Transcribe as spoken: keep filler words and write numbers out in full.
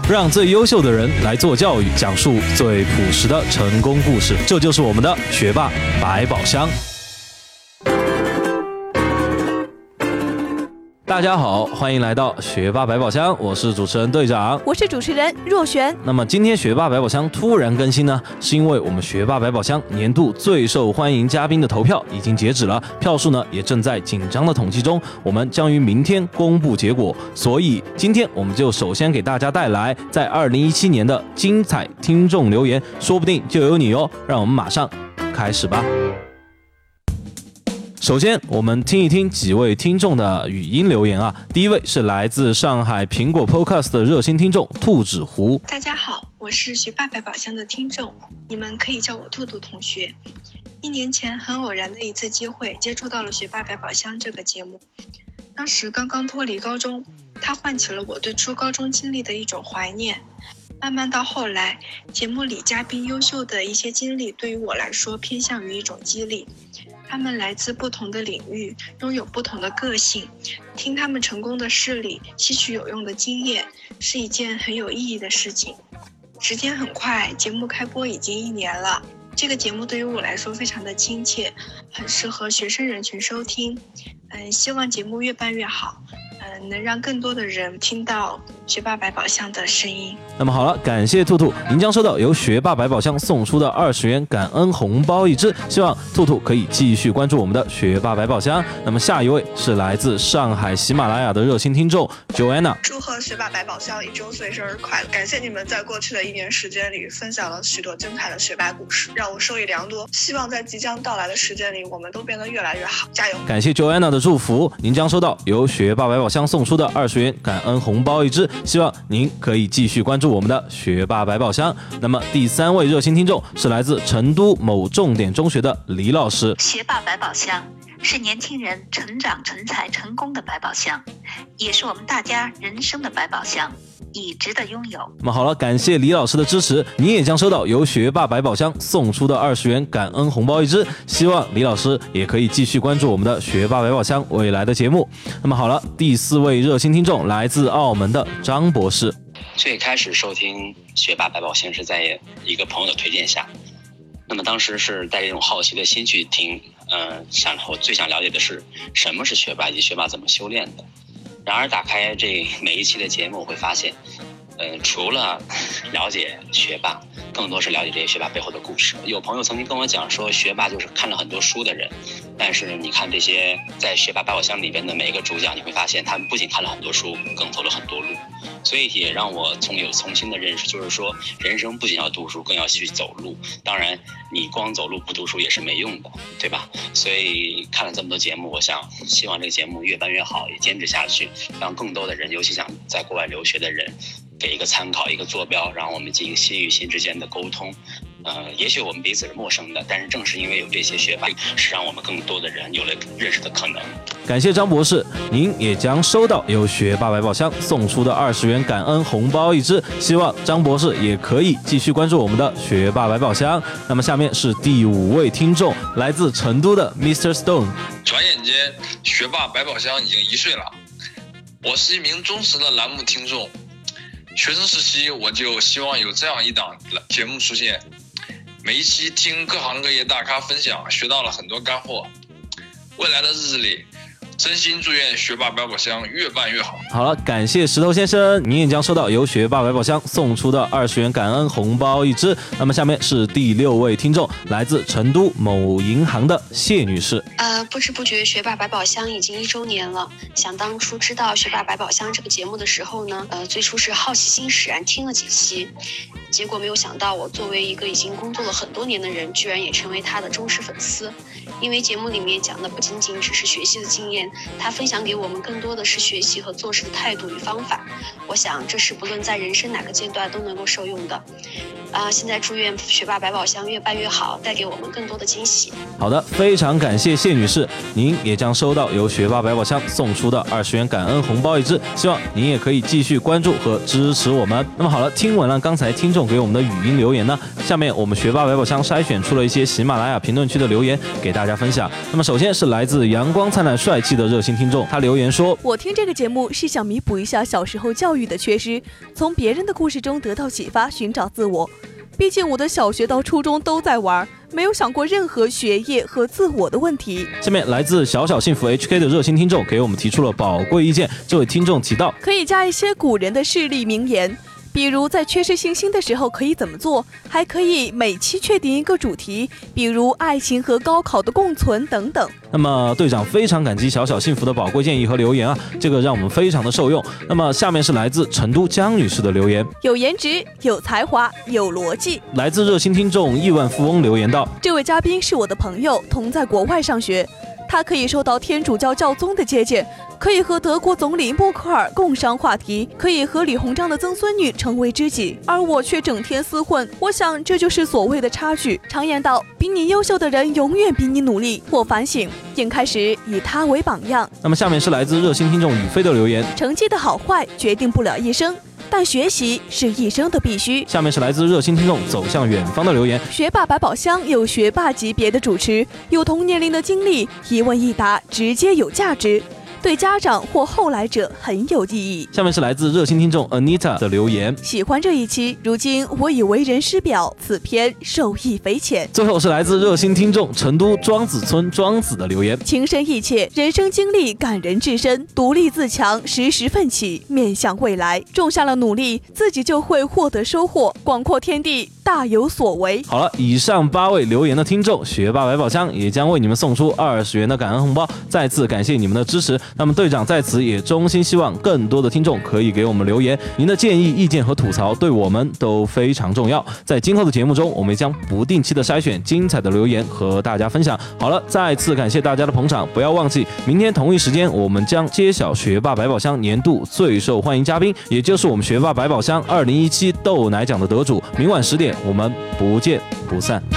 让最优秀的人来做教育，讲述最朴实的成功故事。这就是我们的学霸百宝箱。大家好，欢迎来到学霸百宝箱，我是主持人队长， 我是主持人若璇。 那么今天学霸百宝箱突然更新呢，是因为我们学霸百宝箱年度最受欢迎嘉宾的投票已经截止了，票数呢也正在紧张的统计中，我们将于明天公布结果。所以今天我们就首先给大家带来在二零一七年的精彩听众留言，说不定就有你哦。让我们马上开始吧。首先我们听一听几位听众的语音留言啊。第一位是来自上海苹果 Podcast 的热心听众兔子湖。 大家好，我是学霸百宝箱的听众，你们可以叫我兔兔同学。一年前很偶然的一次机会接触到了学霸百宝箱这个节目，当时刚刚脱离高中，它唤起了我对初高中经历的一种怀念。慢慢到后来，节目里嘉宾优秀的一些经历对于我来说偏向于一种激励，他们来自不同的领域，拥有不同的个性，听他们成功的事例，吸取有用的经验，是一件很有意义的事情。时间很快，节目开播已经一年了，这个节目对于我来说非常的亲切，很适合学生人群收听。嗯，希望节目越办越好，嗯，能让更多的人听到学霸百宝箱的声音。 那么好了，感谢兔兔，您将收到由学霸百宝箱送出的二十元感恩红包一只，希望兔兔可以继续关注我们的学霸百宝箱。那么下一位是来自上海喜马拉雅的热心听众 Joanna。 祝贺学霸百宝箱一周岁生日快乐，感谢你们在过去的一年时间里分享了许多精彩的学霸故事，让我受益良多，希望在即将到来的时间里我们都变得越来越好，加油。 感谢 Joanna 的祝福，您将收到由学霸百宝箱送出的二十元感恩红包一只，希望您可以继续关注我们的学霸百宝箱。那么第三位热心听众是来自成都某重点中学的李老师。 学霸百宝箱是年轻人成长成才成功的百宝箱，也是我们大家人生的百宝箱，已值得拥有。 那么好了，感谢李老师的支持，你也将收到由学霸百宝箱送出的二十元感恩红包一只，希望李老师也可以继续关注我们的学霸百宝箱未来的节目。那么好了，第四位热心听众来自澳门的张博士。 最开始收听学霸百宝箱是在一个朋友的推荐下，那么当时是带着一种好奇的心去听，呃，想我最想了解的是什么是学霸以及学霸怎么修炼的。然而打开这每一期的节目，我会发现呃，除了了解学霸，更多是了解这些学霸背后的故事。有朋友曾经跟我讲说，学霸就是看了很多书的人，但是你看这些在学霸百宝箱里边的每一个主讲，你会发现他们不仅看了很多书，更走了很多路。所以也让我从有重新的认识，就是说人生不仅要读书，更要去走路。当然你光走路不读书也是没用的，对吧？所以看了这么多节目，我想希望这个节目越办越好，也坚持下去，让更多的人，尤其想在国外留学的人，给一个参考，一个坐标，让我们进行心与心之间的沟通。呃，也许我们彼此是陌生的，但是正是因为有这些学霸，是让我们更多的人有了认识的可能。 感谢张博士，您也将收到由学霸百宝箱送出的二十元感恩红包一只，希望张博士也可以继续关注我们的学霸百宝箱。那么下面是第五位听众，来自成都的 mister Stone。 转眼间学霸百宝箱已经一岁了，我是一名忠实的栏目听众，学生时期我就希望有这样一档节目出现，每一期听各行各业大咖分享，学到了很多干货。未来的日子里，真心祝愿学霸百宝箱越办越好。 好了，感谢石头先生，您也将收到由学霸百宝箱送出的二十元感恩红包一只。那么下面是第六位听众，来自成都某银行的谢女士。 呃，不知不觉学霸百宝箱已经一周年了。想当初知道学霸百宝箱这个节目的时候呢，呃，最初是好奇心使然听了几期，结果没有想到我作为一个已经工作了很多年的人，居然也成为他的忠实粉丝。因为节目里面讲的不仅仅只是学习的经验，他分享给我们更多的是学习和做事的态度与方法。我想这是不论在人生哪个阶段都能够受用的。 啊、现在祝愿学霸百宝箱越办越好，带给我们更多的惊喜。 好的，非常感谢谢女士，您也将收到由学霸百宝箱送出的二十元感恩红包一只，希望您也可以继续关注和支持我们。那么好了，听完了刚才听众给我们的语音留言呢，下面我们学霸百宝箱筛选出了一些喜马拉雅评论区的留言给大家分享。那么首先是来自阳光灿烂帅气的热心听众，他留言说： 我听这个节目是想弥补一下小时候教育的缺失，从别人的故事中得到启发，寻找自我。毕竟我的小学到初中都在玩，没有想过任何学业和自我的问题。 下面来自小小幸福 H K 的热心听众给我们提出了宝贵意见。这位听众提到， 可以加一些古人的至理名言，比如在缺失信心的时候可以怎么做，还可以每期确定一个主题，比如爱情和高考的共存等等。 那么队长非常感激小小幸福的宝贵建议和留言啊，这个让我们非常的受用。那么下面是来自成都江女士的留言： 有颜值，有才华，有逻辑。 来自热心听众亿万富翁留言道： 这位嘉宾是我的朋友，同在国外上学，他可以受到天主教教宗的接见，可以和德国总理默克尔共商话题，可以和李鸿章的曾孙女成为知己，而我却整天厮混。我想这就是所谓的差距。常言道，比你优秀的人永远比你努力。我反省，应开始以他为榜样。 那么下面是来自热心听众宇飞的留言： 成绩的好坏决定不了一生，但学习是一生的必须。 下面是来自热心听众走向远方的留言： 学霸百宝箱有学霸级别的主持，有同年龄的经历，一问一答直接有价值，对家长或后来者很有意义。 下面是来自热心听众 Anita 的留言： 喜欢这一期，如今我已为人师表，此篇受益匪浅。 最后是来自热心听众成都庄子村庄子的留言： 情深意切，人生经历感人至深，独立自强，时时奋起，面向未来，种下了努力，自己就会获得收获，广阔天地大有所为。 好了，以上八位留言的听众，学霸百宝箱也将为你们送出二十元的感恩红包，再次感谢你们的支持。那么队长在此也衷心希望更多的听众可以给我们留言，您的建议、意见和吐槽对我们都非常重要。在今后的节目中，我们将不定期的筛选精彩的留言和大家分享。好了，再次感谢大家的捧场，不要忘记明天同一时间我们将揭晓学霸百宝箱年度最受欢迎嘉宾，也就是我们学霸百宝箱二零一七豆奶奖的得主。明晚十点我们不见不散。